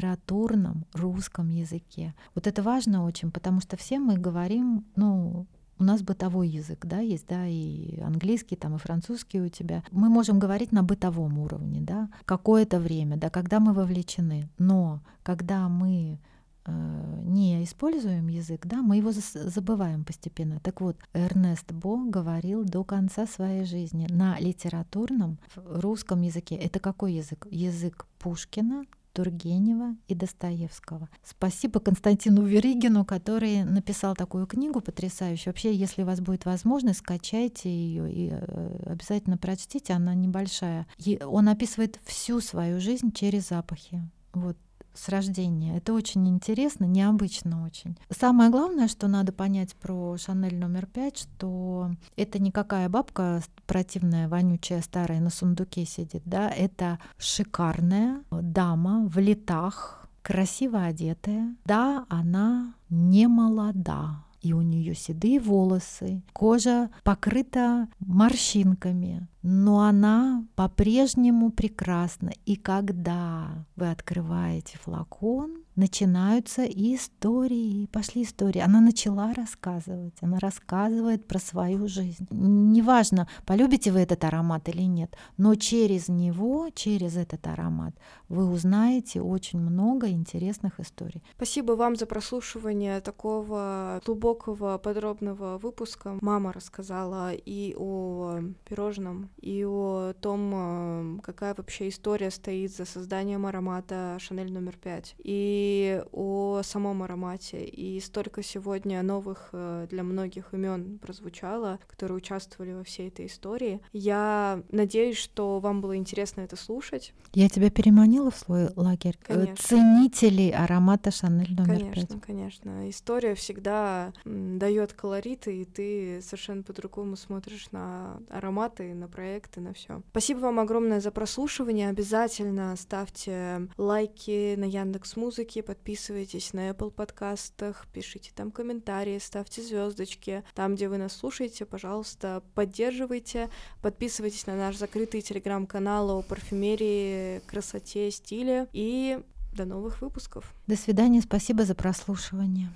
литературном русском языке. Вот это важно очень, потому что все мы говорим, у нас бытовой язык, да, есть, да, и английский, там, и французский у тебя. Мы можем говорить на бытовом уровне, да, какое-то время, да, когда мы вовлечены. Но когда мы не используем язык, да, мы его забываем постепенно. Так вот, Эрнест Бо говорил до конца своей жизни на литературном русском языке. Это какой язык? Язык Пушкина, Тургенева и Достоевского. Спасибо Константину Веригину, который написал такую книгу потрясающую. Вообще, если у вас будет возможность, скачайте ее и обязательно прочтите. Она небольшая. И он описывает всю свою жизнь через запахи. Вот. С рождения. Это очень интересно, необычно очень. Самое главное, что надо понять про Шанель номер 5, что это не какая бабка противная, вонючая, старая на сундуке сидит, да, это шикарная дама в летах, красиво одетая. Да, она не молода. И у нее седые волосы, кожа покрыта морщинками, но она по-прежнему прекрасна. И когда вы открываете флакон, начинаются истории, пошли истории. Она начала рассказывать, она рассказывает про свою жизнь. Неважно, полюбите вы этот аромат или нет, но через него, через этот аромат, вы узнаете очень много интересных историй. Спасибо вам за прослушивание такого глубокого, подробного выпуска. Мама рассказала и о пирожном, и о том, какая вообще история стоит за созданием аромата Шанель номер 5. И о самом аромате. И столько сегодня новых для многих имен прозвучало, которые участвовали во всей этой истории. Я надеюсь, что вам было интересно это слушать. Я тебя переманила в свой лагерь. Конечно. Ценителей аромата Шанель номер 5. Конечно, конечно. История всегда дает колориты, и ты совершенно по-другому смотришь на ароматы, на проекты, на все. Спасибо вам огромное за прослушивание. Обязательно ставьте лайки на Яндекс.Музыке, подписывайтесь на Apple подкастах, пишите там комментарии, ставьте звездочки. Там, где вы нас слушаете, пожалуйста, поддерживайте. Подписывайтесь на наш закрытый телеграм-канал о парфюмерии, красоте, стиле. И до новых выпусков. До свидания, спасибо за прослушивание.